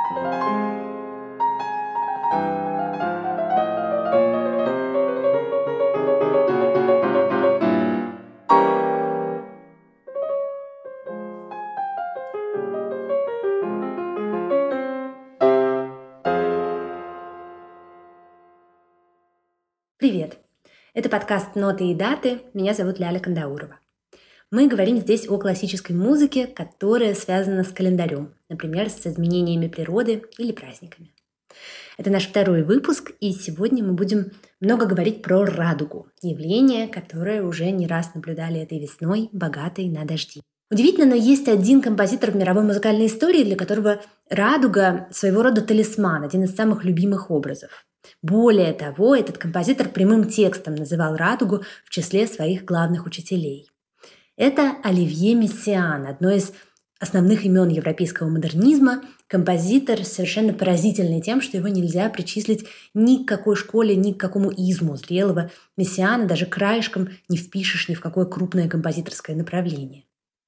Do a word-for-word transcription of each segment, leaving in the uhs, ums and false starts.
Привет! Это подкаст «Ноты и даты». Меня зовут Ляля Кандаурова. Мы говорим здесь о классической музыке, которая связана с календарем, например, с изменениями природы или праздниками. Это наш второй выпуск, и сегодня мы будем много говорить про радугу, явление, которое уже не раз наблюдали этой весной, богатой на дожди. Удивительно, но есть один композитор в мировой музыкальной истории, для которого радуга – своего рода талисман, один из самых любимых образов. Более того, этот композитор прямым текстом называл радугу в числе своих главных учителей. Это Оливье Мессиан, одно из основных имен европейского модернизма, композитор, совершенно поразительный тем, что его нельзя причислить ни к какой школе, ни к какому изму зрелого. Мессиана даже краешком не впишешь ни в какое крупное композиторское направление.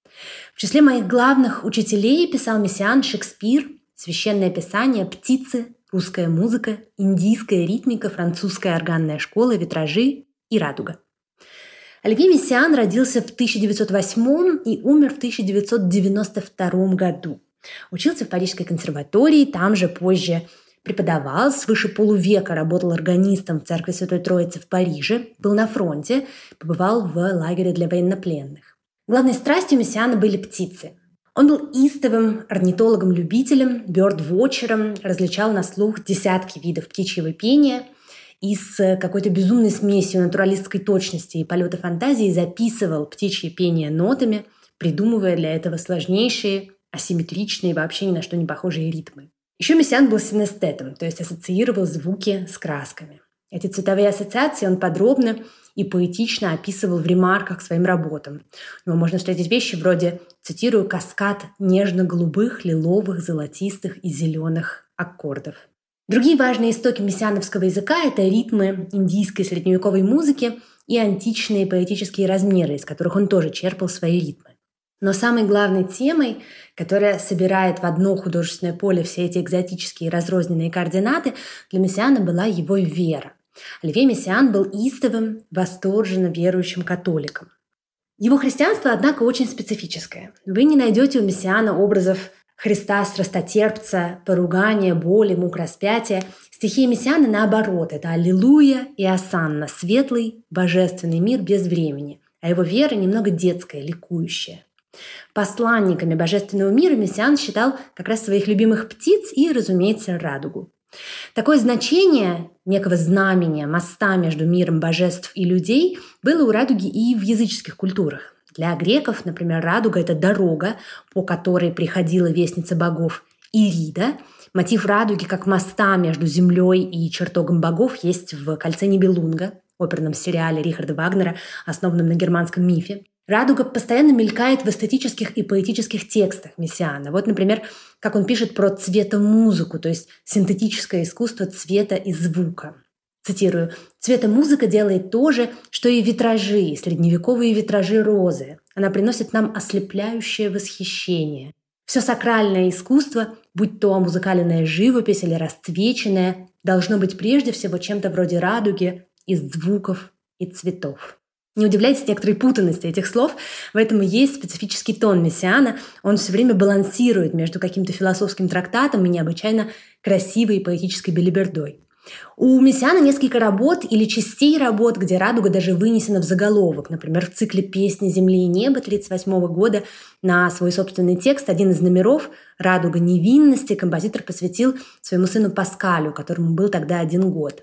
В числе моих главных учителей писал Мессиан Шекспир, Священное Писание, птицы, русская музыка, индийская ритмика, французская органная школа, витражи и радуга. Оливье Мессиан родился в тысяча девятьсот восьмом и умер в тысяча девятьсот девяносто втором году. Учился в Парижской консерватории, там же позже преподавал, свыше полувека работал органистом в Церкви Святой Троицы в Париже, был на фронте, побывал в лагере для военнопленных. Главной страстью Мессиана были птицы. Он был истовым орнитологом-любителем, бёрд-вотчером, различал на слух десятки видов птичьего пения и с какой-то безумной смесью натуралистской точности и полета фантазии записывал птичье пение нотами, придумывая для этого сложнейшие, асимметричные, вообще ни на что не похожие ритмы. Еще Мессиан был синестетом, то есть ассоциировал звуки с красками. Эти цветовые ассоциации он подробно и поэтично описывал в ремарках к своим работам. У него можно встретить вещи вроде, цитирую, «каскад нежно-голубых, лиловых, золотистых и зеленых аккордов». Другие важные истоки мессиановского языка – это ритмы индийской средневековой музыки и античные поэтические размеры, из которых он тоже черпал свои ритмы. Но самой главной темой, которая собирает в одно художественное поле все эти экзотические разрозненные координаты, для Мессиана была его вера. Оливье Мессиан был истовым, восторженно верующим католиком. Его христианство, однако, очень специфическое. Вы не найдете у Мессиана образов Христа страстотерпца, поругания, боли, мук распятия. Стихи Мессиана, наоборот, это аллилуйя и осанна, светлый, божественный мир без времени, а его вера немного детская, ликующая. Посланниками божественного мира Мессиан считал как раз своих любимых птиц и, разумеется, радугу. Такое значение некого знамения, моста между миром божеств и людей было у радуги и в языческих культурах. Для греков, например, радуга – это дорога, по которой приходила вестница богов Ирида. Мотив радуги как моста между землей и чертогом богов есть в «Кольце Нибелунга», оперном сериале Рихарда Вагнера, основанном на германском мифе. Радуга постоянно мелькает в эстетических и поэтических текстах Мессиана. Вот, например, как он пишет про цветомузыку, то есть синтетическое искусство цвета и звука. Цитирую: «Цветомузыка делает то же, что и витражи, средневековые витражи розы. Она приносит нам ослепляющее восхищение. Все сакральное искусство, будь то музыкальная живопись или расцвеченное, должно быть прежде всего чем-то вроде радуги из звуков и цветов». Не удивляйтесь некоторой путанности этих слов, в этом и есть специфический тон Мессиана. Он все время балансирует между каким-то философским трактатом и необычайно красивой и поэтической белибердой. У Мессиана несколько работ или частей работ, где радуга даже вынесена в заголовок. Например, в цикле «Песни земли и неба» тысяча девятьсот тридцать восьмого года на свой собственный текст один из номеров «Радуга невинности» композитор посвятил своему сыну Паскалю, которому был тогда один год.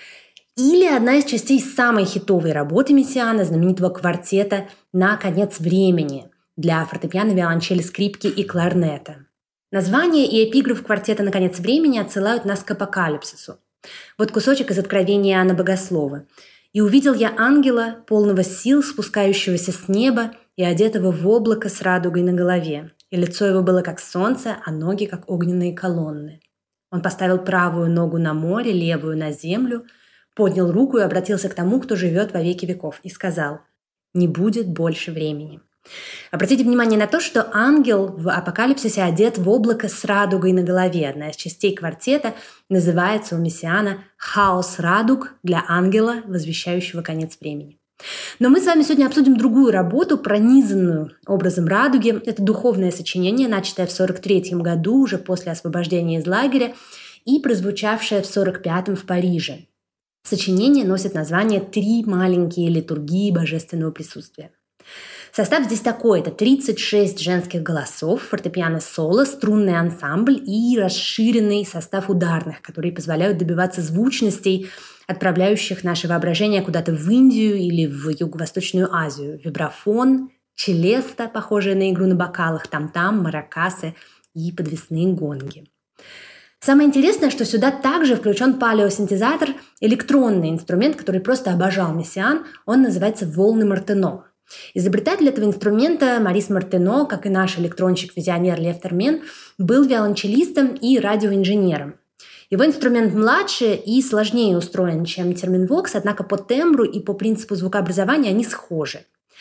Или одна из частей самой хитовой работы Мессиана, знаменитого квартета «На конец времени» для фортепиано, виолончели, скрипки и кларнета. Название и эпиграф квартета «На конец времени» отсылают нас к апокалипсису. Вот кусочек из Откровения Иоанна Богослова. «И увидел я ангела, полного сил, спускающегося с неба и одетого в облако с радугой на голове. И лицо его было как солнце, а ноги как огненные колонны. Он поставил правую ногу на море, левую на землю, поднял руку и обратился к тому, кто живет во веки веков, и сказал: «Не будет больше времени». Обратите внимание на то, что ангел в апокалипсисе одет в облако с радугой на голове. Одна из частей квартета называется у Мессиана «Хаос радуг» для ангела, возвещающего конец времени. Но мы с вами сегодня обсудим другую работу, пронизанную образом радуги. Это духовное сочинение, начатое в сорок третьем году, уже после освобождения из лагеря, и прозвучавшее в сорок пятом в Париже. Сочинение носит название «Три маленькие литургии божественного присутствия». Состав здесь такой. Это тридцать шесть женских голосов, фортепиано-соло, струнный ансамбль и расширенный состав ударных, которые позволяют добиваться звучностей, отправляющих наше воображение куда-то в Индию или в Юго-Восточную Азию. Вибрафон, челеста, похожие на игру на бокалах, там-там, маракасы и подвесные гонги. Самое интересное, что сюда также включен палеосинтезатор, электронный инструмент, который просто обожал Мессиан. Он называется «Волны Мартено». Изобретатель этого инструмента Марис Мартено, как и наш электронщик-визионер Лев Термен, был виолончелистом и радиоинженером. Его инструмент младше и сложнее устроен, чем терминвокс, однако по тембру и по принципу звукообразования они схожи.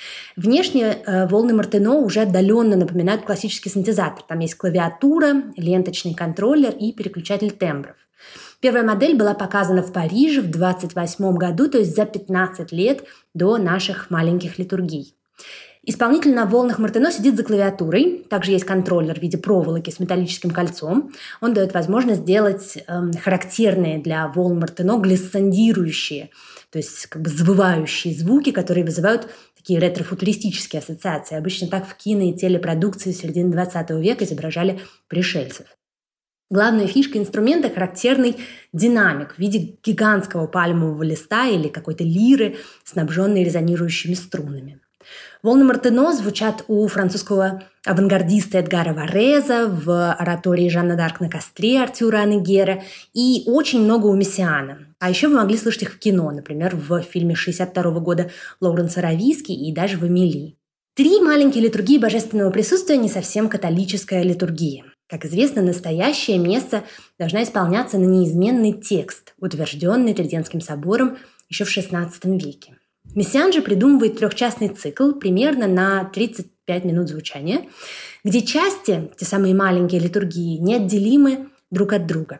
Внешне э, волны Мартено уже отдаленно напоминают классический синтезатор. Там есть клавиатура, ленточный контроллер и переключатель тембров. Первая модель была показана в Париже в двадцать восьмом году, то есть за пятнадцать лет до наших маленьких литургий. Исполнитель на волнах Мартено сидит за клавиатурой. Также есть контроллер в виде проволоки с металлическим кольцом. Он дает возможность сделать э, характерные для волн Мартено глиссандирующие, то есть как бы завывающие звуки, которые вызывают такие ретро-футуристические ассоциации. Обычно так в кино и телепродукции середины двадцатого века изображали пришельцев. Главная фишка инструмента – характерный динамик в виде гигантского пальмового листа или какой-то лиры, снабженной резонирующими струнами. Волны Мартено звучат у французского авангардиста Эдгара Вареза, в оратории Жанна д'Арк на костре Артюра Анегера и очень много у Мессиана. А еще вы могли слышать их в кино, например, в фильме шестьдесят второго года Лоуренса Аравийски и даже в «Эмили». Три маленькие литургии божественного присутствия не совсем католическая литургия. Как известно, настоящее место должна исполняться на неизменный текст, утвержденный Тридентским собором еще в шестнадцатом веке. Мессиан же придумывает трехчастный цикл примерно на тридцать пять минут звучания, где части, те самые маленькие литургии, неотделимы друг от друга.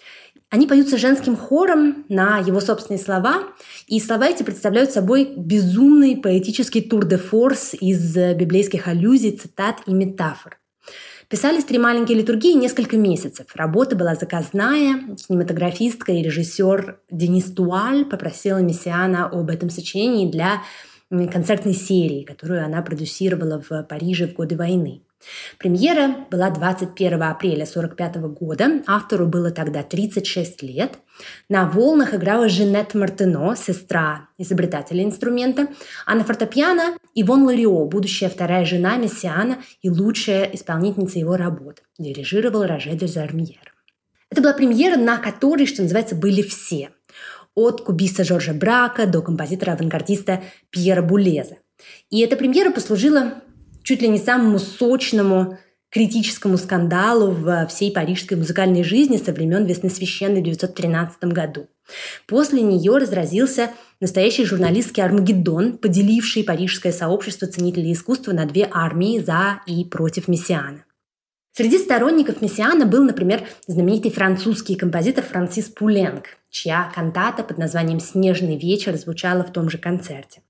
Они поются женским хором на его собственные слова, и слова эти представляют собой безумный поэтический тур-де-форс из библейских аллюзий, цитат и метафор. Писались три маленькие литургии несколько месяцев. Работа была заказная. Кинематографистка и режиссер Денис Туаль попросила Мессиана об этом сочинении для концертной серии, которую она продюсировала в Париже в годы войны. Премьера была двадцать первого апреля сорок пятого года. Автору было тогда тридцать шесть лет. На волнах играла Жанет Мартено, сестра изобретателя инструмента, а на фортепиано Ивон Ларио, будущая вторая жена Мессиана и лучшая исполнительница его работ. Дирижировал Роже де Зармьер. Это была премьера, на которой, что называется, были все. От кубиста Жоржа Брака до композитора-авангардиста Пьера Булеза. И эта премьера послужила чуть ли не самому сочному критическому скандалу в всей парижской музыкальной жизни со времен «Весны священной» в девятьсот тринадцатом году. После нее разразился настоящий журналистский армагеддон, поделивший парижское сообщество ценителей искусства на две армии за и против Мессиана. Среди сторонников Мессиана был, например, знаменитый французский композитор Франсис Пуленк, чья кантата под названием «Снежный вечер» звучала в том же концерте.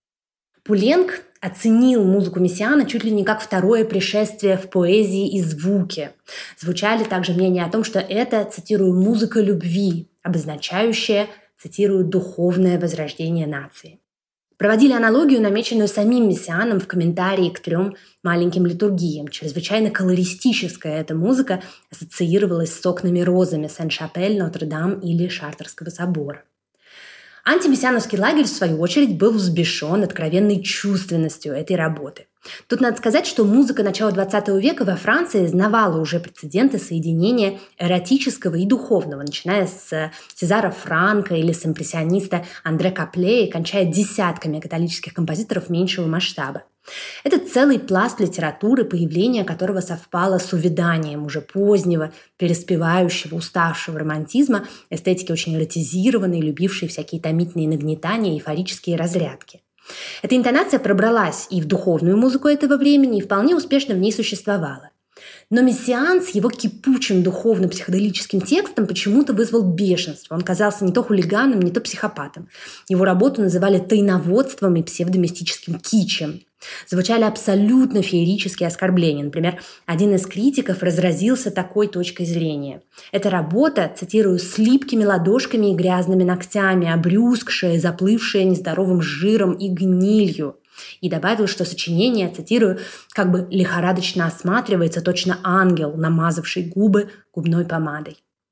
Пуленк оценил музыку Мессиана чуть ли не как второе пришествие в поэзии и звуке. Звучали также мнения о том, что это, цитирую, «музыка любви», обозначающая, цитирую, «духовное возрождение нации». Проводили аналогию, намеченную самим Мессианом в комментарии к трем маленьким литургиям. Чрезвычайно колористическая эта музыка ассоциировалась с окнами розами Сен-Шапель, Нотр-Дам или Шартерского собора. Антимессиановский лагерь, в свою очередь, был взбешен откровенной чувственностью этой работы. Тут надо сказать, что музыка начала двадцатого века во Франции знавала уже прецеденты соединения эротического и духовного, начиная с Сезара Франка или с импрессиониста Андре Капле и кончая десятками католических композиторов меньшего масштаба. Это целый пласт литературы, появление которого совпало с увяданием уже позднего, переспевающего, уставшего романтизма, эстетики очень эротизированной, любившей всякие томительные нагнетания, эйфорические разрядки. Эта интонация пробралась и в духовную музыку этого времени, и вполне успешно в ней существовала. Но Мессиан с его кипучим духовно-психоделическим текстом почему-то вызвал бешенство. Он казался не то хулиганом, не то психопатом. Его работу называли тайноводством и псевдомистическим кичем. Звучали абсолютно феерические оскорбления. Например, один из критиков разразился такой точкой зрения. Эта работа, цитирую, «с липкими ладошками и грязными ногтями, обрюзгшая, заплывшая нездоровым жиром и гнилью». И добавил, что сочинение, цитирую, как бы лихорадочно осматривается точно ангел, намазавший губы губной помадой.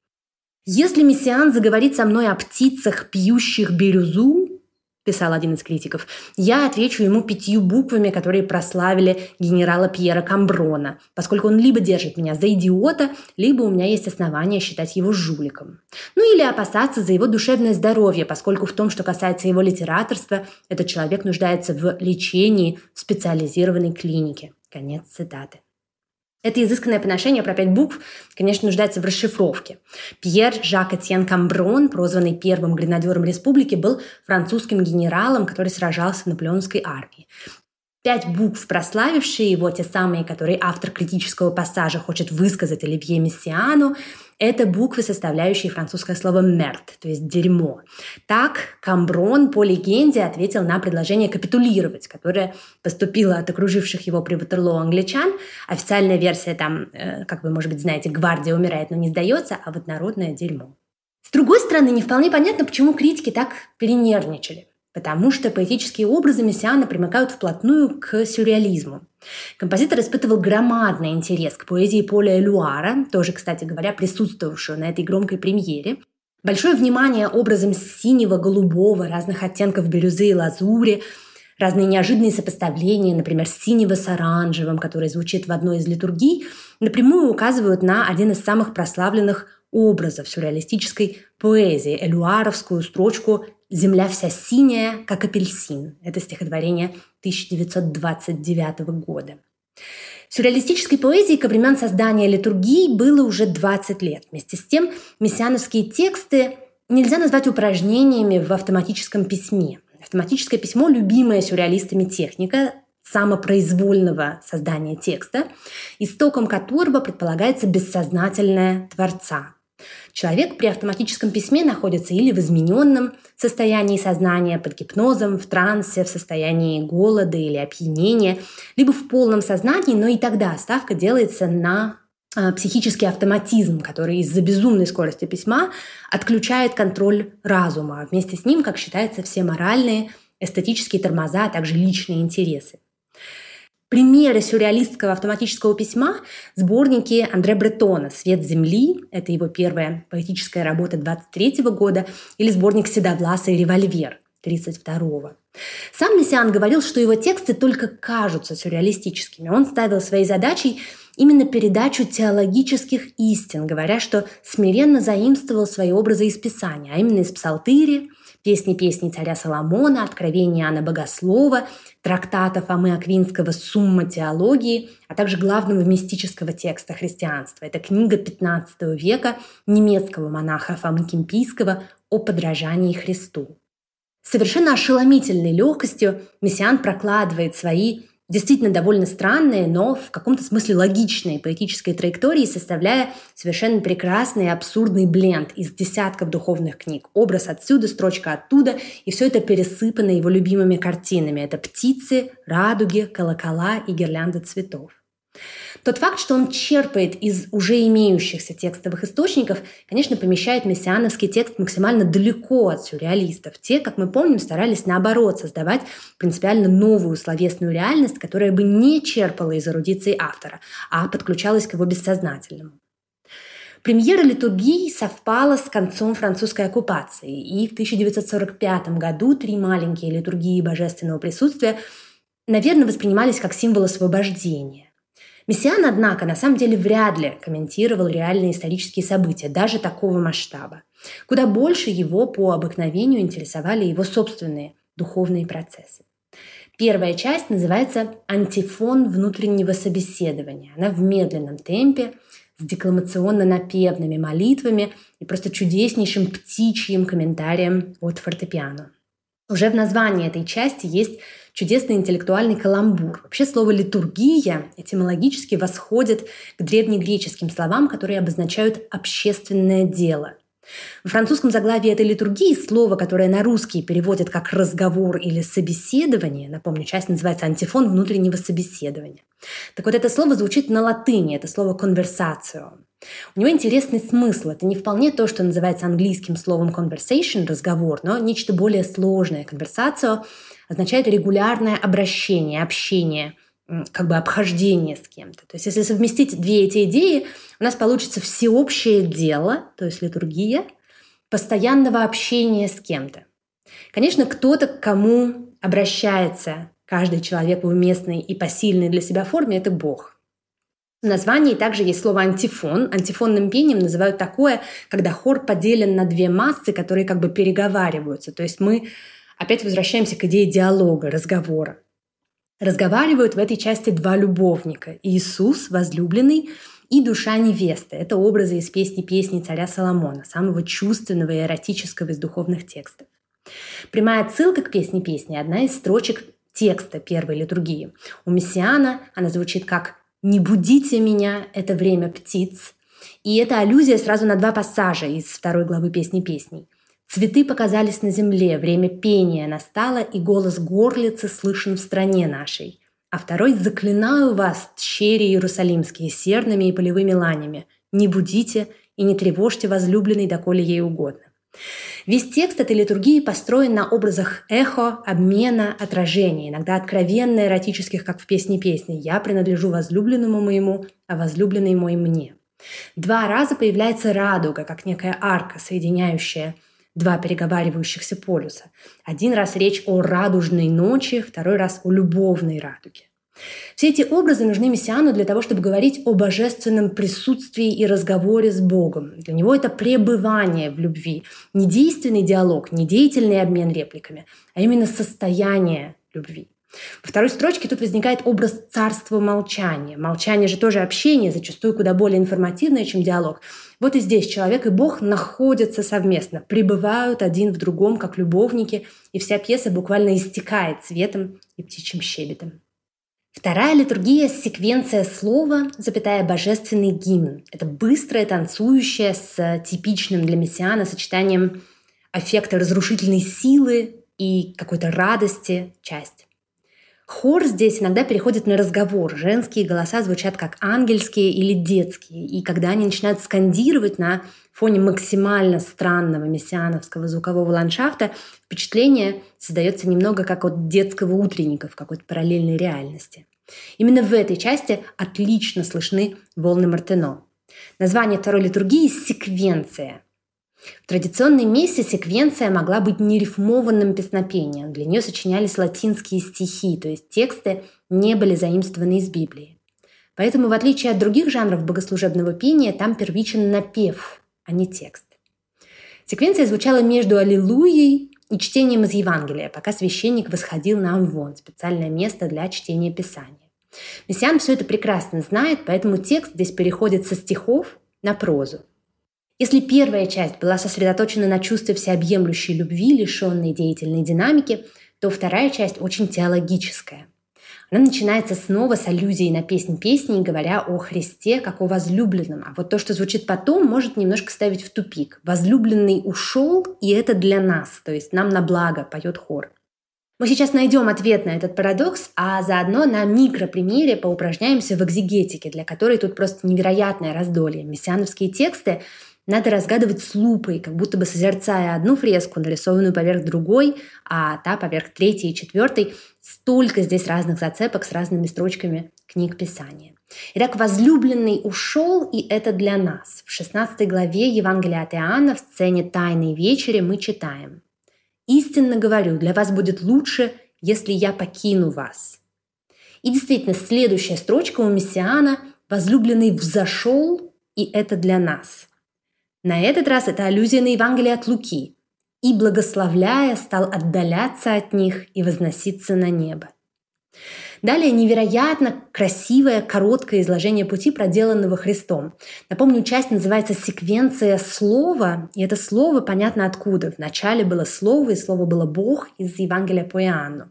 «Если Мессиан заговорит со мной о птицах, пьющих бирюзу, — писал один из критиков, — я отвечу ему пятью буквами, которые прославили генерала Пьера Камброна, поскольку он либо держит меня за идиота, либо у меня есть основания считать его жуликом. Ну или опасаться за его душевное здоровье, поскольку в том, что касается его литераторства, этот человек нуждается в лечении в специализированной клинике». Конец цитаты. Это изысканное поношение про пять букв, конечно, нуждается в расшифровке. Пьер Жак Этьен Камброн, прозванный первым гренадером республики, был французским генералом, который сражался в наполеоновской армии. Пять букв, прославившие его, те самые, которые автор критического пассажа хочет высказать Оливье Мессиану, это буквы, составляющие французское слово «мерд», то есть «дерьмо». Так Камброн по легенде ответил на предложение капитулировать, которое поступило от окруживших его при Ватерлоо англичан. Официальная версия там, как вы, может быть, знаете, гвардия умирает, но не сдается, а вот народное дерьмо. С другой стороны, не вполне понятно, почему критики так перенервничали. Потому что поэтические образы Мессиана примыкают вплотную к сюрреализму. Композитор испытывал громадный интерес к поэзии Поля Элюара, тоже, кстати говоря, присутствовавшего на этой громкой премьере. Большое внимание образам синего, голубого, разных оттенков бирюзы и лазури, разные неожиданные сопоставления, например, синего с оранжевым, который звучит в одной из литургий, напрямую указывают на один из самых прославленных образов сюрреалистической поэзии – элюаровскую строчку «Земля вся синяя, как апельсин». Это стихотворение тысяча девятьсот двадцать девятого года. Сюрреалистической поэзии ко времен создания литургий было уже двадцать лет. Вместе с тем мессиановские тексты нельзя назвать упражнениями в автоматическом письме. Автоматическое письмо – любимая сюрреалистами техника самопроизвольного создания текста, истоком которого предполагается бессознательное творца. Человек при автоматическом письме находится или в измененном состоянии сознания, под гипнозом, в трансе, в состоянии голода или опьянения, либо в полном сознании, но и тогда ставка делается на э, психический автоматизм, который из-за безумной скорости письма отключает контроль разума, а вместе с ним, как считается, все моральные, эстетические тормоза, а также личные интересы. Примеры сюрреалистского автоматического письма – сборники Андре Бретона «Свет земли», это его первая поэтическая работа двадцать третьего года, или сборник Седовласа и «Револьвер» тридцать второго. Сам Мессиан говорил, что его тексты только кажутся сюрреалистическими. Он ставил своей задачей именно передачу теологических истин, говоря, что смиренно заимствовал свои образы из Писания, а именно из Псалтыри, песни песни царя Соломона, откровения Иоанна Богослова, трактата Фомы Аквинского «Сумма теологии», а также главного мистического текста христианства. Это книга пятнадцатого века немецкого монаха Фомы Кемпийского «О подражании Христу». С совершенно ошеломительной легкостью Мессиан прокладывает свои действительно довольно странные, но в каком-то смысле логичные поэтические траектории, составляя совершенно прекрасный и абсурдный бленд из десятков духовных книг. Образ отсюда, строчка оттуда, и все это пересыпано его любимыми картинами. Это птицы, радуги, колокола и гирлянды цветов. Тот факт, что он черпает из уже имеющихся текстовых источников, конечно, помещает мессиановский текст максимально далеко от сюрреалистов. Те, как мы помним, старались наоборот создавать принципиально новую словесную реальность, которая бы не черпала из эрудиции автора, а подключалась к его бессознательному. Премьера литургии совпала с концом французской оккупации, и в тысяча девятьсот сорок пятом году три маленькие литургии божественного присутствия, наверное, воспринимались как символ освобождения. Мессиан, однако, на самом деле вряд ли комментировал реальные исторические события, даже такого масштаба. Куда больше его по обыкновению интересовали его собственные духовные процессы. Первая часть называется «Антифон внутреннего собеседования». Она в медленном темпе, с декламационно-напевными молитвами и просто чудеснейшим птичьим комментарием от фортепиано. Уже в названии этой части есть чудесный интеллектуальный каламбур. Вообще слово «литургия» этимологически восходит к древнегреческим словам, которые обозначают общественное дело. В французском заглавии этой литургии слово, которое на русский переводят как «разговор» или «собеседование», напомню, часть называется «антифон внутреннего собеседования». Так вот, это слово звучит на латыни, это слово «conversatio». У него интересный смысл. Это не вполне то, что называется английским словом conversation, разговор, но нечто более сложное. Conversatio означает регулярное обращение, общение, как бы обхождение с кем-то. То есть если совместить две эти идеи, у нас получится всеобщее дело, то есть литургия, постоянного общения с кем-то. Конечно, кто-то, к кому обращается каждый человек в уместной и посильной для себя форме, это Бог. В названии также есть слово «антифон». Антифонным пением называют такое, когда хор поделен на две массы, которые как бы переговариваются. То есть мы опять возвращаемся к идее диалога, разговора. Разговаривают в этой части два любовника – Иисус, возлюбленный, и душа невесты. Это образы из песни песни царя Соломона, самого чувственного и эротического из духовных текстов. Прямая отсылка к песне песни – одна из строчек текста первой литургии. У Мессиана она звучит как «Не будите меня, это время птиц». И это аллюзия сразу на два пассажа из второй главы песни песней. «Цветы показались на земле, время пения настало, и голос горлицы слышен в стране нашей». А второй «Заклинаю вас, тщери иерусалимские, серными и полевыми ланями. Не будите и не тревожьте возлюбленной, доколе ей угодно». Весь текст этой литургии построен на образах эхо, обмена, отражения, иногда откровенно эротических, как в песне песни «Я принадлежу возлюбленному моему, а возлюбленный мой мне». Два раза появляется радуга, как некая арка, соединяющая два переговаривающихся полюса. Один раз речь о радужной ночи, второй раз о любовной радуге. Все эти образы нужны Мессиану для того, чтобы говорить о божественном присутствии и разговоре с Богом. Для него это пребывание в любви. Не действенный диалог, не деятельный обмен репликами, а именно состояние любви. Во второй строчке тут возникает образ царства молчания. Молчание же тоже общение, зачастую куда более информативное, чем диалог. Вот и здесь человек и Бог находятся совместно, пребывают один в другом, как любовники, и вся пьеса буквально истекает цветом и птичьим щебетом. Вторая литургия – секвенция слова, запятая божественный гимн. Это быстрое, танцующее, с типичным для Мессиана сочетанием аффекта разрушительной силы и какой-то радости часть. Хор здесь иногда переходит на разговор. Женские голоса звучат как ангельские или детские. И когда они начинают скандировать на фоне максимально странного мессиановского звукового ландшафта, впечатление создается немного как от детского утренника в какой-то параллельной реальности. Именно в этой части отлично слышны волны Мартено. Название второй литургии – «секвенция». В традиционной мессе секвенция могла быть нерифмованным песнопением. Для нее сочинялись латинские стихи, то есть тексты не были заимствованы из Библии. Поэтому, в отличие от других жанров богослужебного пения, там первичен напев, а не текст. Секвенция звучала между аллилуйей и чтением из Евангелия, пока священник восходил на амвон, специальное место для чтения Писания. Мессиан все это прекрасно знает, поэтому текст здесь переходит со стихов на прозу. Если первая часть была сосредоточена на чувстве всеобъемлющей любви, лишенной деятельной динамики, то вторая часть очень теологическая. Она начинается снова с аллюзией на песнь песней, говоря о Христе как о возлюбленном. А вот то, что звучит потом, может немножко ставить в тупик. «Возлюбленный ушел, и это для нас», то есть нам на благо, поет хор. Мы сейчас найдем ответ на этот парадокс, а заодно на микропримере поупражняемся в экзегетике, для которой тут просто невероятное раздолье. Мессиановские тексты надо разгадывать с лупой, как будто бы созерцая одну фреску, нарисованную поверх другой, а та поверх третьей и четвертой. Столько здесь разных зацепок с разными строчками книг Писания. Итак, возлюбленный ушел, и это для нас. В шестнадцатой главе Евангелия от Иоанна в сцене Тайной вечери мы читаем: «Истинно говорю, для вас будет лучше, если я покину вас». И действительно, следующая строчка у Мессиана: «Возлюбленный взошел, и это для нас». На этот раз это аллюзия на Евангелие от Луки. «И, благословляя, стал отдаляться от них и возноситься на небо». Далее невероятно красивое, короткое изложение пути, проделанного Христом. Напомню, часть называется «Секвенция слова», и это слово понятно откуда. Вначале было слово, и слово было Бог из Евангелия по Иоанну.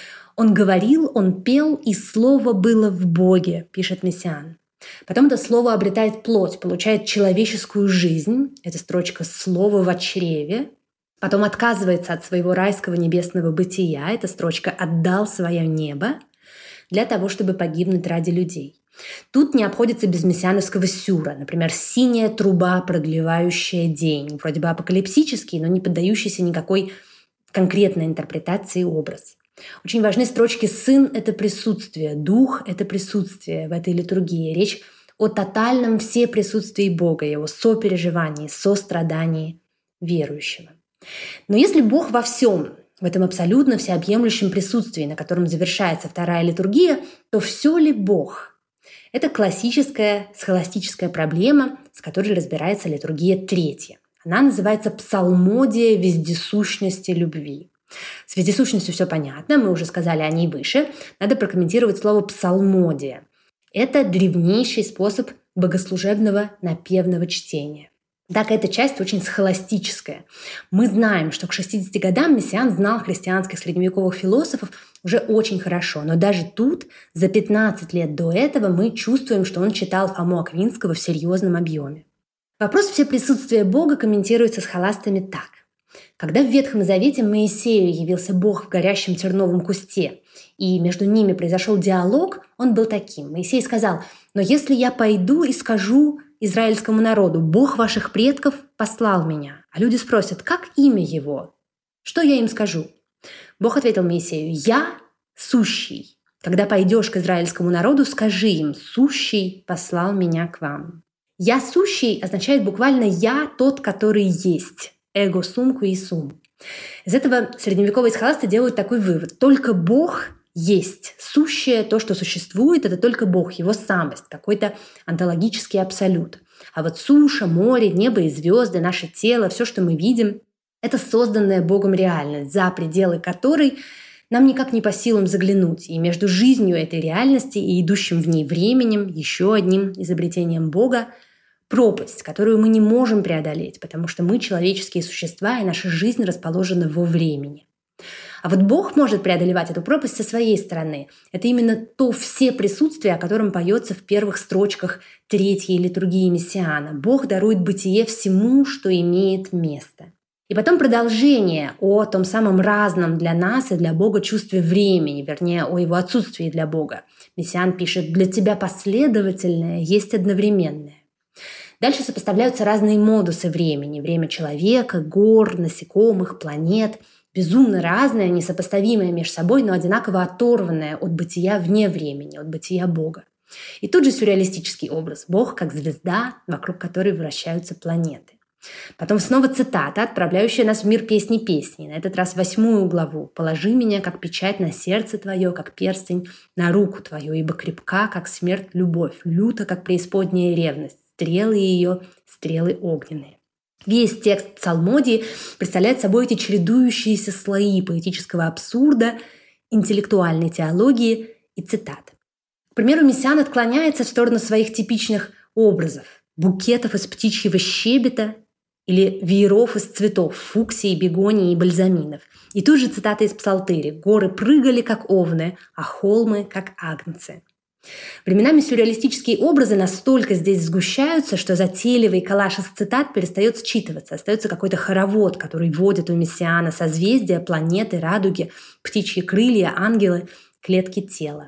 Он говорил, он пел, и слово было в Боге, пишет Мессиан. Потом это слово обретает плоть, получает человеческую жизнь. Это строчка «Слово во чреве». Потом отказывается от своего райского небесного бытия. Это строчка «Отдал свое небо» для того, чтобы погибнуть ради людей. Тут не обходится без мессиановского сюра. Например, «синяя труба, продлевающая день». Вроде бы апокалипсический, но не поддающийся никакой конкретной интерпретации образ. Очень важны строчки «сын» — это присутствие, «дух» — это присутствие в этой литургии. Речь о тотальном всеприсутствии Бога, его сопереживании, сострадании верующего. Но если Бог во всем, в этом абсолютно всеобъемлющем присутствии, на котором завершается вторая литургия, то все ли Бог? Это классическая схоластическая проблема, с которой разбирается литургия третья. Она называется «Псалмодия вездесущности любви». С вездесущностью все понятно, мы уже сказали о ней выше. Надо прокомментировать слово «псалмодия». Это древнейший способ богослужебного напевного чтения. Так, эта часть очень схоластическая. Мы знаем, что к шестидесяти годам Мессиан знал христианских средневековых философов уже очень хорошо. Но даже тут, за пятнадцать лет до этого, мы чувствуем, что он читал Фому Аквинского в серьезном объеме. Вопрос всеприсутствия Бога комментируется схоластами так. Когда в Ветхом Завете Моисею явился Бог в горящем терновом кусте, и между ними произошел диалог, он был таким. Моисей сказал: «Но если я пойду и скажу израильскому народу: Бог ваших предков послал меня», а люди спросят: «Как имя его?» Что я им скажу? Бог ответил Моисею: «Я сущий. Когда пойдешь к израильскому народу, скажи им: сущий послал меня к вам». «Я сущий» означает буквально «я тот, который есть». Эго сум куи сум. Из этого средневековые схоласты делают такой вывод. Только Бог есть. Сущее, то, что существует, это только Бог, его самость, какой-то онтологический абсолют. А вот суша, море, небо и звезды, наше тело, все, что мы видим, это созданная Богом реальность, за пределы которой нам никак не по силам заглянуть. И между жизнью этой реальности и идущим в ней временем, еще одним изобретением Бога, пропасть, которую мы не можем преодолеть, потому что мы человеческие существа, и наша жизнь расположена во времени. А вот Бог может преодолевать эту пропасть со своей стороны. Это именно то всеприсутствие, о котором поется в первых строчках третьей литургии Мессиана. Бог дарует бытие всему, что имеет место. И потом продолжение о том самом разном для нас и для Бога чувстве времени, вернее, о его отсутствии для Бога. Мессиан пишет: «Для тебя последовательное есть одновременное». Дальше сопоставляются разные модусы времени. Время человека, гор, насекомых, планет. Безумно разное, несопоставимое между собой, но одинаково оторванное от бытия вне времени, от бытия Бога. И тут же сюрреалистический образ. Бог как звезда, вокруг которой вращаются планеты. Потом снова цитата, отправляющая нас в мир песни песни. На этот раз восьмую главу. «Положи меня, как печать на сердце твое, как перстень на руку твою, ибо крепка, как смерть, любовь, люта, как преисподняя ревность, стрелы ее, стрелы огненные». Весь текст псалмодии представляет собой эти чередующиеся слои поэтического абсурда, интеллектуальной теологии и цитат. К примеру, Мессиан отклоняется в сторону своих типичных образов – букетов из птичьего щебета или вееров из цветов – фуксии, бегонии и бальзаминов. И тут же цитата из Псалтыри: «Горы прыгали, как овны, а холмы, как агнцы». Временами сюрреалистические образы настолько здесь сгущаются, что затейливый коллаж из цитат перестает считываться. Остается какой-то хоровод, который вводит у Мессиана созвездия, планеты, радуги, птичьи крылья, ангелы, клетки тела.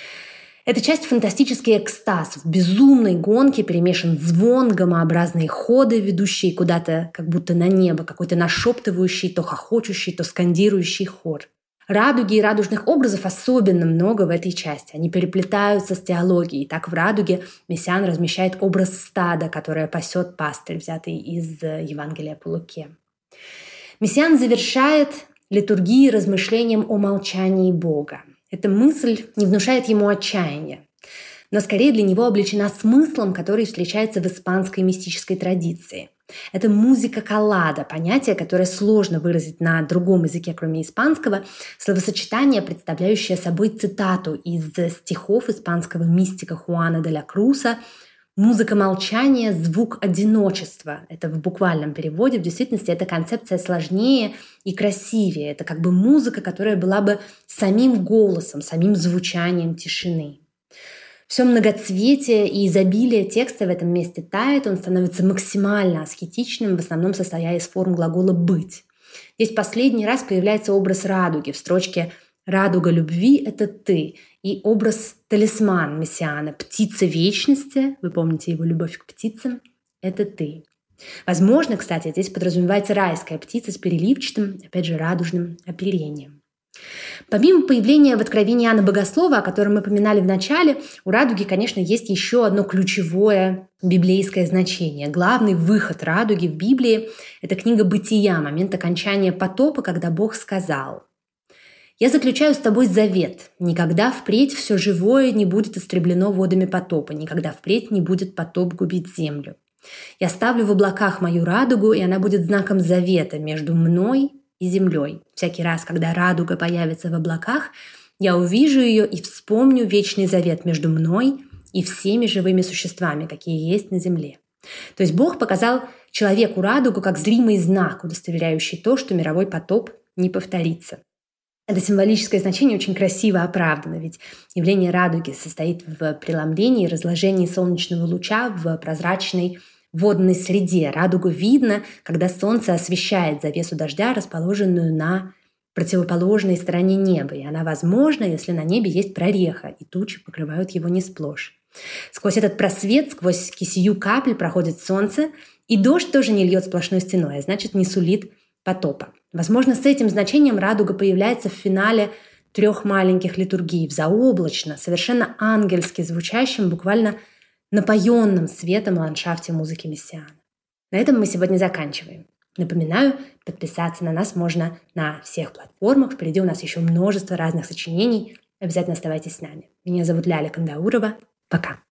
Эта часть — фантастический экстаз. В безумной гонке перемешан звон, гамообразные ходы, ведущие куда-то как будто на небо, какой-то нашептывающий, то хохочущий, то скандирующий хор. Радуги и радужных образов особенно много в этой части. Они переплетаются с теологией. Так в «Радуге» Мессиан размещает образ стада, которое пасет пастырь, взятый из Евангелия по Луке. Мессиан завершает литургии размышлением о молчании Бога. Эта мысль не внушает ему отчаяния. но скорее для него облечена смыслом, который встречается в испанской мистической традиции. Это музыка-коллада, понятие, которое сложно выразить на другом языке, кроме испанского, словосочетание, представляющее собой цитату из стихов испанского мистика Хуана де ла Круса «Музыка молчания, звук одиночества». Это в буквальном переводе. В действительности эта концепция сложнее и красивее. Это как бы музыка, которая была бы самим голосом, самим звучанием тишины. Все многоцветие и изобилие текста в этом месте тает, он становится максимально аскетичным, в основном состоя из форм глагола «быть». Здесь последний раз появляется образ радуги в строчке «Радуга любви – это ты», и образ талисман Мессиана, птица вечности, вы помните его любовь к птицам, это ты. Возможно, кстати, здесь подразумевается райская птица с переливчатым, опять же, радужным оперением. Помимо появления в Откровении Иоанна Богослова, о котором мы поминали в начале, у радуги, конечно, есть еще одно ключевое библейское значение. Главный выход радуги в Библии – это книга Бытия, момент окончания потопа, когда Бог сказал: «Я заключаю с тобой завет. Никогда впредь все живое не будет истреблено водами потопа, никогда впредь не будет потоп губить землю. Я ставлю в облаках мою радугу, и она будет знаком завета между мной и землей. Всякий раз, когда радуга появится в облаках, я увижу ее и вспомню вечный завет между мной и всеми живыми существами, какие есть на земле». То есть Бог показал человеку радугу как зримый знак, удостоверяющий то, что мировой потоп не повторится. Это символическое значение очень красиво оправдано, ведь явление радуги состоит в преломлении и разложении солнечного луча в прозрачной водной среде. Радугу видно, когда солнце освещает завесу дождя, расположенную на противоположной стороне неба, и она возможна, если на небе есть прореха, и тучи покрывают его не сплошь. Сквозь этот просвет, сквозь кисию капель проходит солнце, и дождь тоже не льет сплошной стеной, а значит, не сулит потопа. Возможно, с этим значением радуга появляется в финале трех маленьких литургий, в заоблачно, совершенно ангельски звучащем, буквально напоенном светом ландшафте музыки Мессиана. На этом мы сегодня заканчиваем. Напоминаю, подписаться на нас можно на всех платформах. Впереди у нас еще множество разных сочинений. Обязательно оставайтесь с нами. Меня зовут Ляля Кандаурова. Пока.